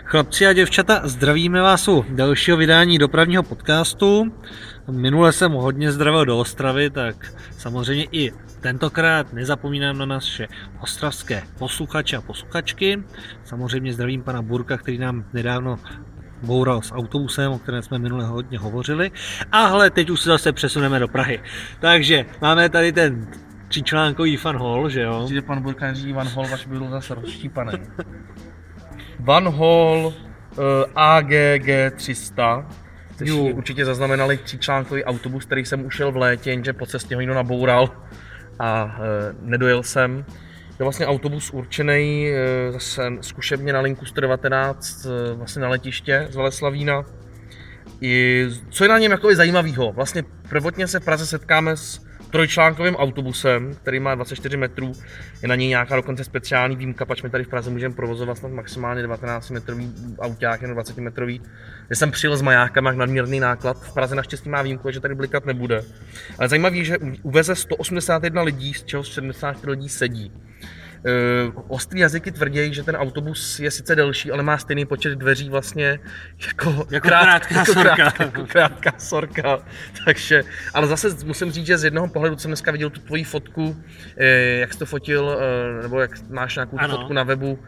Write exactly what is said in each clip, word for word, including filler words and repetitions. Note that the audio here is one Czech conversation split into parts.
Chlapci a děvčata, zdravíme vás u dalšího vydání dopravního podcastu. Minule jsem hodně zdravil do Ostravy, tak samozřejmě i tentokrát nezapomínám na naše ostravské posluchače a posluchačky. Samozřejmě zdravím pana Burka, který nám nedávno boural s autobusem, o kterém jsme minule hodně hovořili. A hle, teď už se zase přesuneme do Prahy. Takže máme tady ten tříčlánkový Van Hol, že jo? Určitě pan Burka neřídí Van Hol, až byl zase rozštípaný. Van Hol uh, A G G tři sta, což určitě zaznamenali tříčlánkový autobus, který jsem ušel v létě, jenže po cestě ho někdo naboural a uh, nedojel jsem. Je vlastně autobus určený uh, zase zkušebně na linku sto devatenáct uh, vlastně na letiště z Veleslavína. I, co je na něm jakoby zajímavého? Vlastně prvotně se v Praze setkáme s trojčlánkovým autobusem, který má dvacet čtyři metrů, je na něj nějaká dokonce speciální výjimka, pač my tady v Praze můžeme provozovat snad maximálně devatenáctimetrový auták, nebo dvacetimetrový. Já jsem přijel s majákama nadměrný náklad, v Praze naštěstí má výjimku, že tady blikat nebude. Ale zajímavé je, že uveze sto osmdesát jedna lidí, z čeho sedmdesát čtyři lidí sedí. Uh, ostrý jazyky tvrdí, že ten autobus je sice delší, ale má stejný počet dveří vlastně jako, jako krát, krátká jako sorka. Krát, jako krátká sorka. Takže, ale zase musím říct, že z jednoho pohledu jsem dneska viděl tu tvoji fotku, eh, jak jsi to fotil, eh, nebo jak máš nějakou fotku na webu,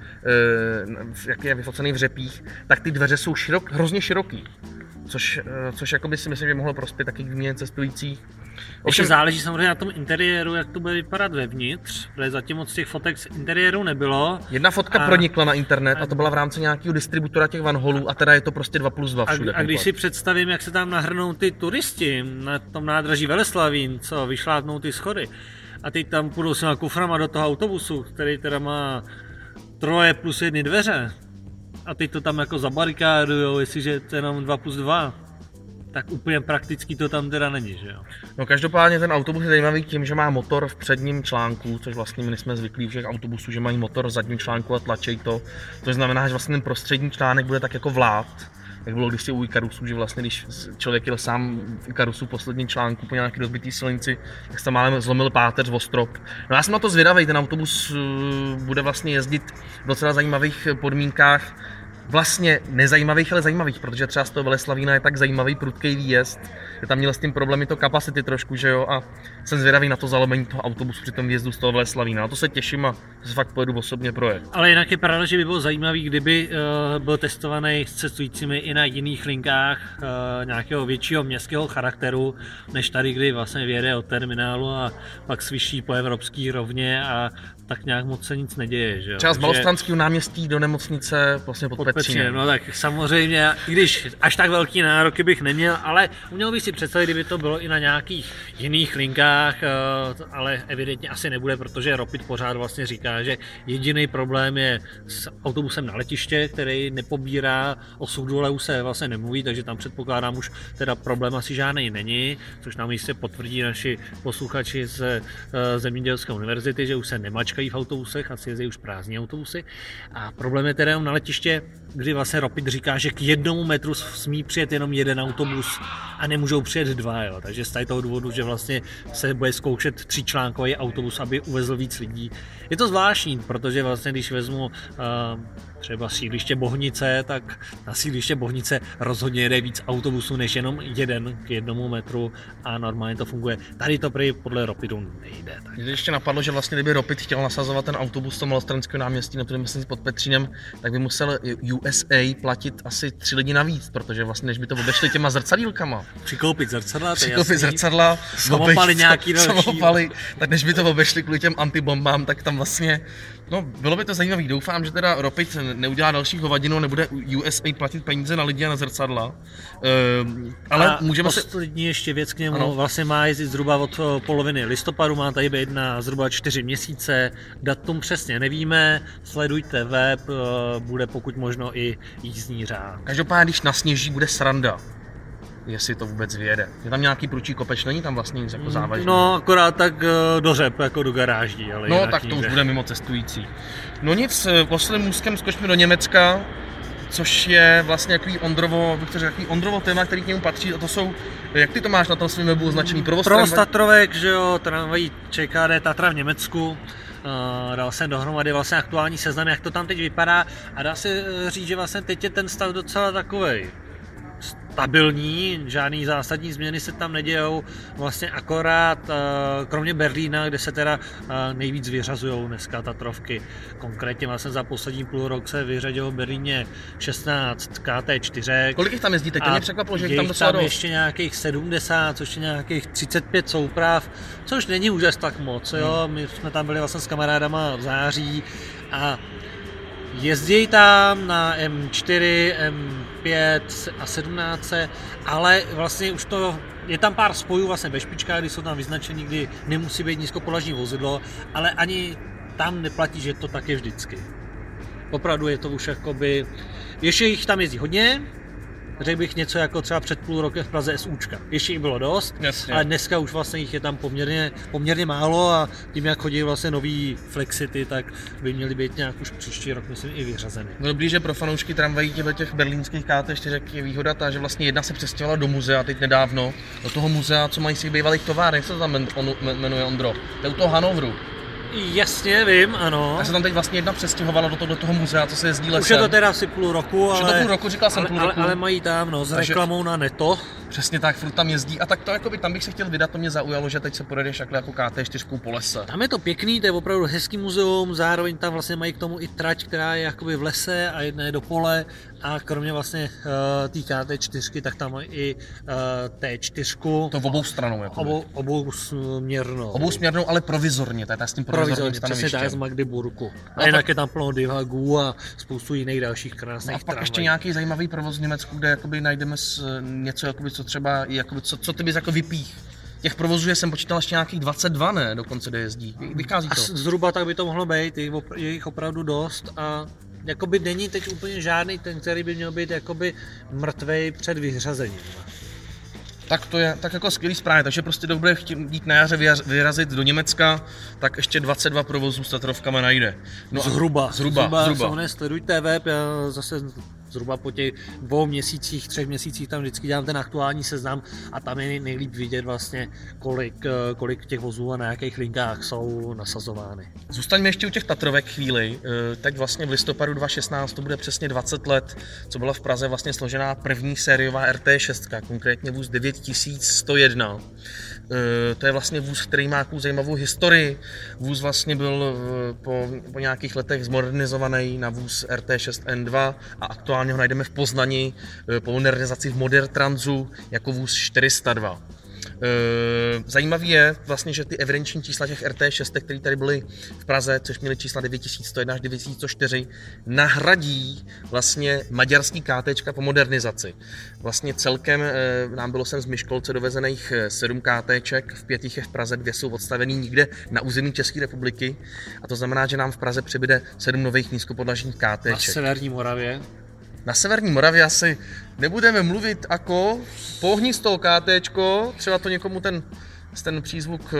eh, jak je vyfocený v Řepích, tak ty dveře jsou širok, hrozně široký. Což, což jakoby si myslím, že mohlo prospět taky k výměně cestujících. Ještě záleží samozřejmě na tom interiéru, jak to bude vypadat vevnitř, protože zatím moc těch fotek z interiéru nebylo. Jedna fotka a, pronikla na internet a to byla v rámci nějakého distributora těch Van Holů a teda je to prostě dva plus dva všude. A, a když si představím, jak se tam nahrnou ty turisti na tom nádraží Veleslavín, co vyšlápnou ty schody a teď tam půjdou s těma kuframa do toho autobusu, který teda má troje plus jedny dveře, a teď to tam jako zabarikádujou, jestliže to je jenom dva plus dva, tak úplně prakticky to tam teda není, že jo? No každopádně ten autobus je zajímavý tím, že má motor v předním článku, což vlastně my jsme zvyklí u všech autobusů, že mají motor v zadním článku a tlačí to. To znamená, že vlastně ten prostřední článek bude tak jako vlád, jak bylo kdysi u Ikarusu, že vlastně když člověk jel sám v Ikarusu v posledním článku po nějaký rozbitý silnici, tak se tam málem zlomil páteř o strop. No já jsem na to zvědavý, ten autobus bude vlastně jezdit v docela zajímavých podmínkách, vlastně nezajímavých, ale zajímavých, protože třeba z toho Veleslavína je tak zajímavý prudký výjezd, že tam měl s tím problémy to kapacity trošku, že jo, a jsem zvědavý na to zalomení toho autobusu při tom výjezdu z toho Veleslavína. Na to se těším a se fakt pojedu osobně projet. Ale jinak je pravda, že by bylo zajímavý, kdyby uh, byl testovaný s cestujícími i na jiných linkách uh, nějakého většího městského charakteru, než tady, kdy vlastně vyjede od terminálu a pak sviší po evropský rovně a tak nějak moc se nic neděje, že jo. Třeba z Malostranského náměstí do nemocnice vlastně pod, pod Petřínem. No tak samozřejmě, i když až tak velký nároky bych neměl, ale uměl bych si představit, kdyby to bylo i na nějakých jiných linkách, ale evidentně asi nebude, protože Ropit pořád vlastně říká, že jediný problém je s autobusem na letiště, který nepobírá osudu, ale už se vlastně nemluví, takže tam předpokládám už teda problém asi žádný není, což nám jistě potvrdí naši posluchači z Zemědělské univerzity, že už se nemačkají v autobusech, asi jezdí už prázdní autobusy. A problém je teda na letiště, kdy vlastně Ropit říká, že k jednomu metru smí přijet jenom jeden autobus a nemůžou přijet dva, jo. Takže z toho důvodu, že vlastně se bude zkoušet tříčlánkový autobus, aby uvezl víc lidí. Je to zvláštní, protože vlastně když vezmu uh, třeba sídliště Bohnice, tak na sídliště Bohnice rozhodně jede víc autobusů než jenom jeden k jednomu metru a normálně to funguje. Tady to prý podle Ropidu nejde. Tak. Mě ještě napadlo, že vlastně kdyby Ropit chtěl nasazovat ten autobus z toho Malostranského náměstí, na kterém myslím pod Petřínem, tak by musel U S A platit asi tři lidi navíc, protože vlastně než by to obešli těma zrcadílkama. Přikoupit zrcadla, Přikoupit zrcadla, samopaly nějaký další. Samopaly, tak než by to obešli kvůli těm antibombám, tak tam vlastně, no bylo by to zajímavý. Doufám, že teda Ropit neudělá další hovadinu, nebude U S A platit peníze na lidi a na zrcadla. Ehm, ale a můžeme se... poslední ještě věc k němu, ano. Vlastně má jezdit zhruba od poloviny listopadu, má tady být na zhruba čtyři měsíce, datum přesně nevíme, sledujte web, bude pokud možno i jízdní řád. Každopádně, když nasněží, bude sranda, jestli to vůbec vyjede. Je tam nějaký prudší kopeč, není tam vlastně nic jako závažný? No akorát tak do řep, jako do garáží, ale no tak to už bude mimo cestující. No nic, posledním můstkem skočme do Německa, což je vlastně takový Ondrovo, bych to řekl, takový Ondrovo téma, který k němu patří, a to jsou, jak ty to máš na tom svém webu označený, provoz Provoz Tatrovek, že jo, tramvají Č K D Tatra v Německu. uh, dal jsem dohromady vlastně aktuální seznam, jak to tam teď vypadá a dá se říct, že vlastně teď je ten stav docela takovej stabilní, žádný zásadní změny se tam nedějou, vlastně akorát kromě Berlína, kde se teda nejvíc vyřazujou dneska Tatrovky. Konkrétně vlastně za poslední půl rok se vyřadilo v Berlíně šestnáct K T čtyři. Kolik jich tam jezdí? Teď mě překvapilo, že jich tam docela tam dost. ještě nějakých sedmdesát, což je nějakých třicet pět souprav, což není už tak moc, jo. My jsme tam byli vlastně s kamarádama v září a jezdí tam na M čtyři, M pět a sedmnáct, ale vlastně už to, je tam pár spojů vlastně ve špičkách, kdy jsou tam vyznačení, kdy nemusí být nízkopodlažní vozidlo, ale ani tam neplatí, že to tak je vždycky. Opravdu je to už jakoby, ještě jich tam jezdí hodně, řekl bych něco jako třeba před půl rokem v Praze SUčka. Ještě jich bylo dost, Jasně. Ale dneska už vlastně jich je tam poměrně, poměrně málo a tím, jak chodí vlastně nový Flexity, tak by měly být nějak už příští rok, myslím, i vyřazeny. No dobrý, že pro fanoušky tramvají těch, těch berlínských K T čtyři je výhoda ta, že vlastně jedna se přestěhovala do muzea teď nedávno, do toho muzea, co mají z těch bývalých továren, jak se to tam jmenuje, Ondro? To je u toho Hanovru. Jasně, vím, ano. Já se tam teď vlastně jedna přestěhovala do toho, do toho muzea, co se jezdí lesem. Už je to teda asi půl roku, ale... Už je to půl roku, říkal jsem ale, půl ale, roku. ale mají tam, no, s Takže... reklamou na Neto. Přesně tak, furt tam jezdí a tak to jakoby tam bych se chtěl vydat, to mě zaujalo, že teď se pojedeš takhle jako K T čtyři po lese. Tam je to pěkný, to je opravdu hezký muzeum, zároveň tam vlastně mají k tomu i trať, která je jakoby v lese a jedna je do pole a kromě vlastně uh, té K T čtyři, tak tam mají i uh, T čtyři. To v obou stranou jako. Obou, obou směrnou. Obou směrnou, ale provizorně, to je s tím provizorním přesně tak z Magdeburgu. A no jinak pak... je tam plno Divagů a spoustu jiných dalších krásných no a pak tramvají. ještě nějaký zajímavý provoz v Německu, kde jakoby najdeme s, něco, jakoby, co třeba, jakoby, co, co ty bys jako vypích. Těch provozů je jsem počítal ještě nějakých dvacet dva, ne? Dokonce, kde jezdí. Vychází to. A zhruba tak by to mohlo být, je jich opravdu dost a jakoby není teď úplně žádný ten, který by měl být jakoby mrtvej před vyřazením. Tak to je tak jako skvělý zprávy, takže prostě kdo bude chtít na jaře vyrazit do Německa, tak ještě dvacet dva provozů s Tatrovkama najde. No zhruba, zhruba, zhruba. zhruba. Sledujte web, já zase zhruba po těch dvou měsících, třech měsících tam vždycky dělám ten aktuální seznam a tam je nejlíp vidět vlastně, kolik, kolik těch vozů a na jakých linkách jsou nasazovány. Zůstaňme ještě u těch Tatrovek chvíli, tak vlastně v listopadu dva tisíce šestnáct to bude přesně dvacet let, co byla v Praze vlastně složená první sériová R T šest, konkrétně vůz devět tisíc sto jedna. To je vlastně vůz, který má takovou zajímavou historii. Vůz vlastně byl po, po nějakých letech zmodernizovaný na vůz R T šest N dva a aktuálně ho najdeme v Poznani po modernizaci v Modertransu jako vůz čtyři sta dva. Zajímavý je vlastně, že ty evidenční čísla těch R T šest, které tady byly v Praze, což měly čísla devět tisíc sto jedna až devět tisíc sto čtyři, nahradí vlastně maďarský KTčka po modernizaci. Vlastně celkem nám bylo sem z Myškolce dovezených sedm KTček, v pět jich je v Praze, dvě jsou odstavený nikde na území České republiky a to znamená, že nám v Praze přibyde sedm nových nízkopodlažních KTček. Na severní Moravě. Na severní Moravě asi nebudeme mluvit jako pohni z toho KTčko, třeba to někomu ten, ten přízvuk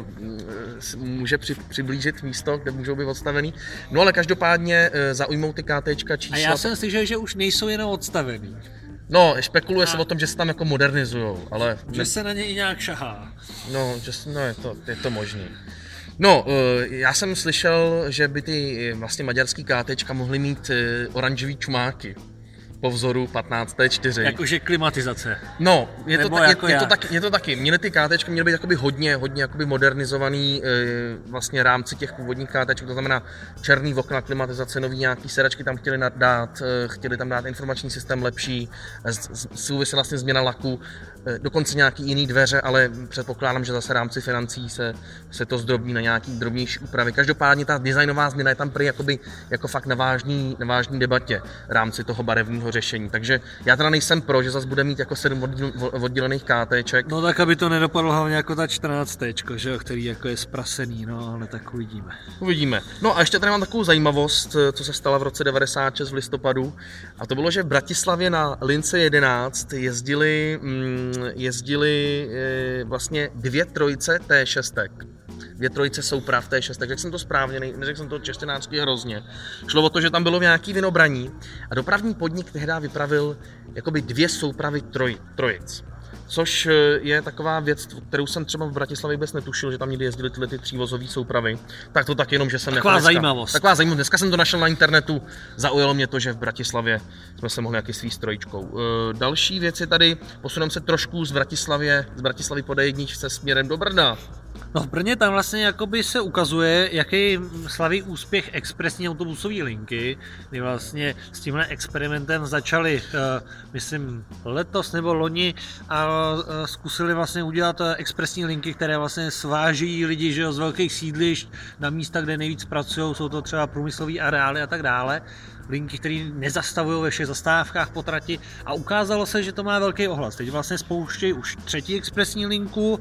může při, přiblížit místo, kde můžou být odstavený. No ale každopádně zaujmou ty KTčka čísla. A já jsem slyšel, že už nejsou jenom odstavený. No, spekuluje a... se o tom, že se tam jako modernizujou, ale... Že ne... se na ně i nějak šahá. No, že, no je to, je to možné. No, já jsem slyšel, že by ty vlastně maďarský KTčka mohly mít oranžový čumáky po vzoru patnáct T čtyři. Jakože klimatizace. No, je to, ta, jako je, je, to tak, je to taky. Měly ty KTčka měly být jakoby hodně, hodně jakoby modernizovaný e, vlastně rámci těch původních KTček, to znamená černý okna, klimatizace, nový nějaký sedačky tam chtěli dát, e, chtěli tam dát informační systém lepší, souvisela vlastně změna laku, e, dokonce nějaký jiný dveře, ale předpokládám, že zase rámci financí se, se to zdrobí na nějaký drobnější úpravy. Každopádně ta designová změna je tam prý jakoby, jako fakt na vážný, na vážný debatě v rámci toho barevného řešení. Takže já teda nejsem pro, že zase bude mít jako sedm oddělených KTček. No tak, aby to nedopadlo hlavně jako ta čtrnáct T, že jo, který jako je zprasený, no ale tak uvidíme. Uvidíme. No a ještě tady mám takovou zajímavost, co se stala v roce devadesát šest v listopadu. A to bylo, že v Bratislavě na lince jedenáct jezdili, jezdili vlastně dvě trojice T šest. Dvě trojice souprav T šest, řekl jsem to správně, neřekl jsem to češtěnácky hrozně. Šlo o to, že tam bylo nějaký vynobraní a dopravní podnik tehdy vypravil jakoby dvě soupravy troj, trojic. Což je taková věc, kterou jsem třeba v Bratislavě vůbec netušil, že tam někdy jezdili tyhle ty třívozové soupravy. Tak to tak jenom, že jsem taková dneska, zajímavost. Taková zajímavost. Dneska jsem to našel na internetu, zaujalo mě to, že v Bratislavě jsme se mohli jaký svý strojíčkou. Další věc je tady, posuneme se trošku z Bratislavě, z Bratislavy po D jedna se směrem do Brna. No v Brně tam vlastně jakoby se ukazuje, jaký slaví úspěch expresní autobusové linky, kdy vlastně s tímhle experimentem začali, uh, myslím, letos nebo loni a uh, zkusili vlastně udělat expresní linky, které vlastně sváží lidi, že jo, z velkých sídlišť na místa, kde nejvíc pracují, jsou to třeba průmyslové areály a tak dále. Linky, které nezastavují ve všech zastávkách po trati a ukázalo se, že to má velký ohlas. Teď vlastně spouštějí už třetí expresní linku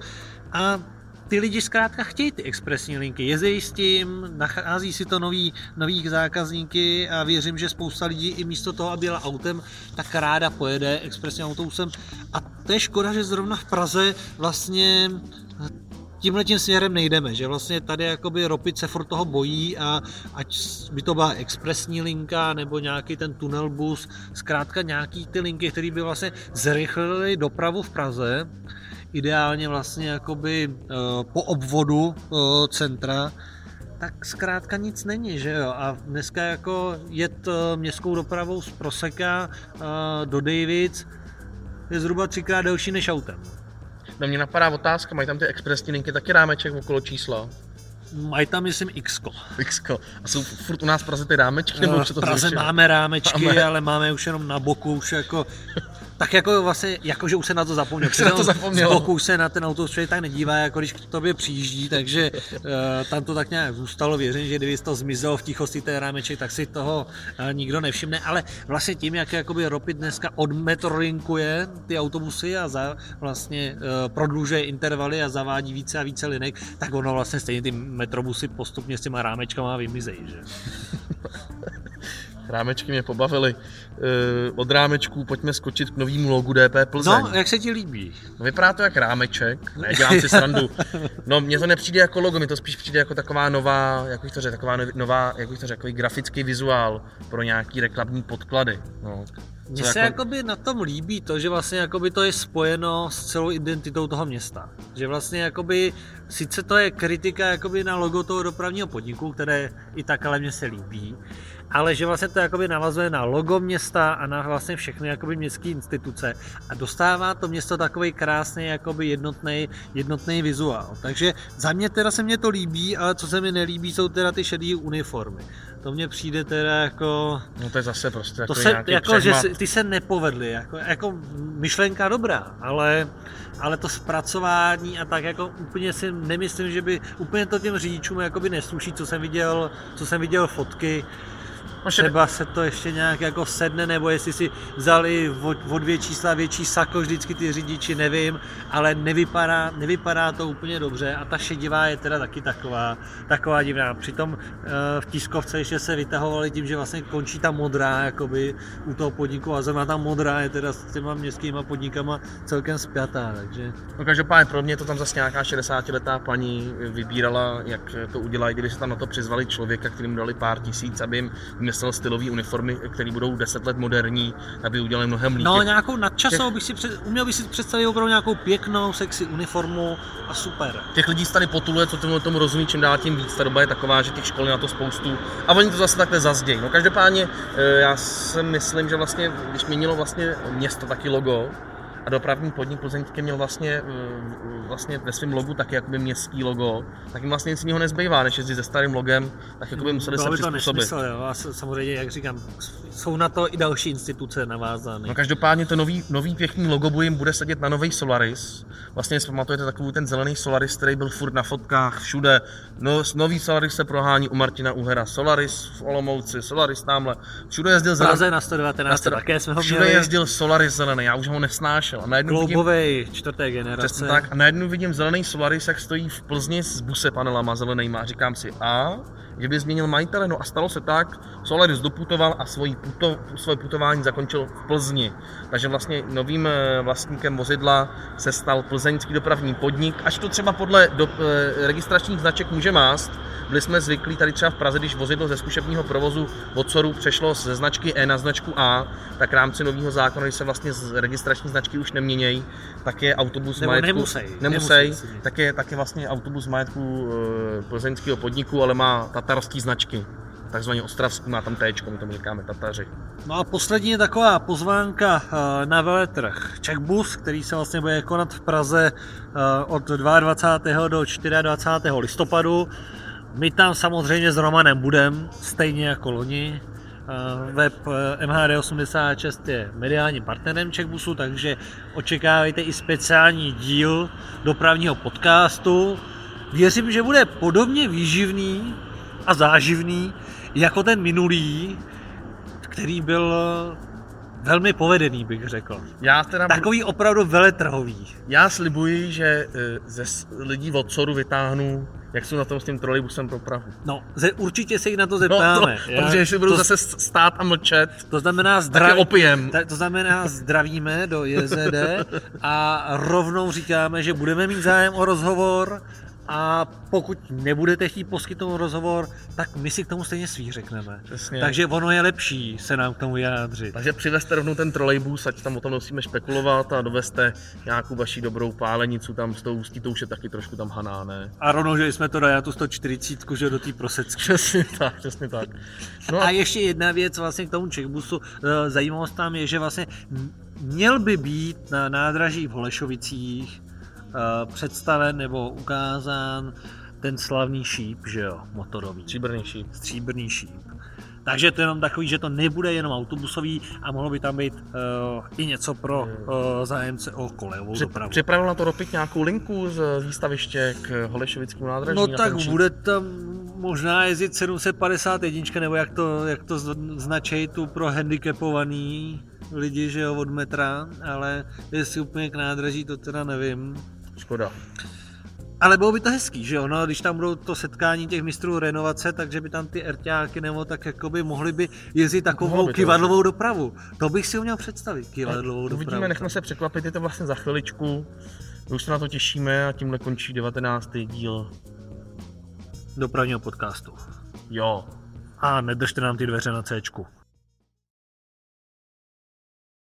a ty lidi zkrátka chtějí ty expresní linky, jezdí s tím, nachází si to nový, nový zákazníky a věřím, že spousta lidí i místo toho, aby jela autem, tak ráda pojede expresním autobusem. A to je škoda, že zrovna v Praze vlastně tímhletím směrem nejdeme, že vlastně tady jakoby Ropit se furt toho bojí a ať by to byla expresní linka nebo nějaký ten tunelbus, zkrátka nějaký ty linky, které by vlastně zrychlily dopravu v Praze, ideálně vlastně jakoby uh, po obvodu uh, centra, tak zkrátka nic není, že jo. A dneska jako jet uh, městskou dopravou z Proseka uh, do Davids je zhruba třikrát delší než autem. No mě napadá otázka, mají tam ty expresní linky taky rámeček okolo čísla? Mají tam, myslím, X-ko. X-ko. A jsou furt u nás v Praze ty rámečky? Nebo v Praze zvětšil? Máme rámečky, máme. Ale máme už jenom na boku, už jako tak jako vlastně, jako že už se na to zapomněl. Se na to zapomněl. Z boku už se na ten autobus člověk tak nedívá, jako když k tobě přijíždí, takže uh, tam to tak nějak zůstalo. Věřím, že kdyby to zmizelo v tichosti té rámeček, tak si toho uh, nikdo nevšimne, ale vlastně tím, jak jakoby Ropit dneska odmetrolinkuje ty autobusy a za, vlastně uh, prodlužuje intervaly a zavádí více a více linek, tak ono vlastně stejně ty metrobusy postupně s těma rámečkama vymizejí, že? Rámečky mě pobavily. Od rámečků pojďme skočit k novému logu D P Plzeň. No, jak se ti líbí? No, vypadá to jak rámeček, ne, dělám si srandu. No, mně to nepřijde jako logo, mi to spíš přijde jako taková nová, jak bych to řekl, taková nová, jak bych to řekl, grafický vizuál pro nějaký reklamní podklady. No. Mně se jako... jakoby na tom líbí to, že vlastně jakoby to je spojeno s celou identitou toho města. Že vlastně jakoby, sice to je kritika jakoby na logo toho dopravního podniku, které i tak ale mně se líbí, ale že vlastně to jakoby navazuje na logo města a na vlastně všechny jakoby městské instituce a dostává to město takový krásný jakoby jednotný, jednotný vizuál. Takže za mě teda se mně to líbí, ale co se mi nelíbí, jsou teda ty šedé uniformy. To mně přijde teda jako... No to je zase prostě to jako se, nějaký jako, že přehmat. ty se nepovedly, jako, jako myšlenka dobrá, ale, ale to zpracování a tak jako úplně si nemyslím, že by úplně to těm řidičům jakoby nesluší, co jsem viděl, co jsem viděl fotky. Třeba se to ještě nějak jako sedne, nebo jestli si vzali o, o dvě čísla větší sako vždycky ty řidiči, nevím, ale nevypadá, nevypadá to úplně dobře a ta šedivá je teda taky taková, taková divná. Přitom v tiskovce ještě se vytahovali tím, že vlastně končí ta modrá jakoby u toho podniku a zrovna ta modrá je teda s těma městskýma podnikama celkem spjatá, takže... No každopádně pro mě to tam zase nějaká šedesátiletá paní vybírala, jak to udělají, kdyby se tam na to přizvali člověka, kterým dali pár tisíc, aby jim myslel stylový uniformy, které budou deset let moderní, aby udělali mnohem líp. No nějakou nadčasovou bych si před, uměl bych si představit opravdu nějakou pěknou, sexy uniformu a super. Těch lidí se tady potuluje, co tomu, tomu rozumí, čím dál tím víc. Ta doba je taková, že těch škol je na to spoustu a oni to zase takhle zazdějí. No každopádně já si myslím, že vlastně, když měnilo vlastně město taky logo, a dopravní podnik Plzeň měl vlastně, vlastně ve svém logu taky jakoby městský logo, tak jim vlastně nic jiného nezbývá, než jezdit se starým logem, tak jakoby museli se přizpůsobit. Nesmysl, jo. A samozřejmě, jak říkám, jsou na to i další instituce navázány. No každopádně to nový, nový pěkný logo jim bude sedět na nový Solaris. Vlastně si pamatujete takový ten zelený Solaris, který byl furt na fotkách všude. No, nový Solaris se prohání u Martina Uhera. Solaris v Olomouci, Solaris tamhle. Všude jezdil zelený. Praze na sto devatenáct také jsme ho měli. Všude jezdil Solaris zelený, já už ho nesnášel. Kloubovej čtvrté generace. Tak a najednou vidím zelený Solaris, jak stojí v Plzni s buse panelama zelenýma a říkám si, a že by změnil majitele, no a stalo se tak, Solaris doputoval a svoji puto, svoje putování zakončil v Plzni. Takže vlastně novým vlastníkem vozidla se stal plzeňský dopravní podnik, až to třeba podle do, eh, registračních značek může mást. Byli jsme zvyklí tady třeba v Praze, když vozidlo ze zkušebního provozu od Soru přešlo ze značky E na značku A, tak v rámci nového zákona, když se vlastně z registrační značky už neměněj, tak je autobus Nebo majetku... nemusej. Nemusej, nemusej tak, je, tak je vlastně autobus majetku e, plzeňského podniku, ale má tatarský značky. Takzvaně ostravský, má tam téčko, my tomu říkáme Tataři. No a poslední je taková pozvánka na veletrh Czechbus, který se vlastně bude konat v Praze od dvacátého druhého do dvacátého čtvrtého listopadu. My tam samozřejmě s Romanem budeme, stejně jako loni. Web M H D osmdesát šest je mediálním partnerem Czechbusu, takže očekávejte i speciální díl dopravního podcastu. Věřím, že bude podobně výživný a záživný jako ten minulý, který byl velmi povedený, bych řekl. Já teda Takový opravdu veletrhový. Já slibuji, že ze lidí od Soru vytáhnu, jak jsou na tom s tím trolejbusem pro Prahu. No, ze, určitě se jich na to zeptáme. No, to, protože jestli budou to, zase stát a mlčet, to znamená zdraví, opijem. To znamená zdravíme do J Z D a rovnou říkáme, že budeme mít zájem o rozhovor. A pokud nebudete chtít poskytnout rozhovor, tak my si k tomu stejně svý řekneme. Přesně. Takže ono je lepší se nám k tomu vyjádřit. Takže přivezte rovnou ten trolejbus, ať tam o tom musíme spekulovat a dovezte nějakou vaši dobrou pálenicu tam z toho Ústí, to už je taky trošku tam haná, ne? A rovnou, že jsme to dali na tu sto čtyřicet, že do té Prosecky. Přesně tak, přesně tak. No a... a ještě jedna věc vlastně k tomu Czechbusu. Zajímavost tam je, že vlastně měl by být na nádraží v Holešovicích představen nebo ukázán ten slavný šíp, že jo, motorový. Stříbrný šíp. Stříbrný šíp. Takže to je jenom takový, že to nebude jenom autobusový a mohlo by tam být uh, i něco pro uh, zájemce o kolejovou Při, dopravu. Připravil na to Ropik nějakou linku z výstaviště k Holešovickému nádraží? No tak bude tam možná jezdit sedm set padesát jedna, nebo jak to, jak to značí tu pro handicapovaný lidi, že jo, od metra, ale jestli úplně k nádraží, to teda nevím. Škoda. Ale bylo by to hezký, že jo, no, když tam budou to setkání těch mistrů renovace, takže by tam ty erťáky nebo tak jakoby mohli by jezdit takovou kivadlovou dopravu. To bych si uměl představit, kivadlovou dopravu. Uvidíme, nechme se překvapit, je to vlastně za chviličku. My už se na to těšíme a tímhle končí devatenáctý díl dopravního podcastu. Jo. A nedržte nám ty dveře na Cčku.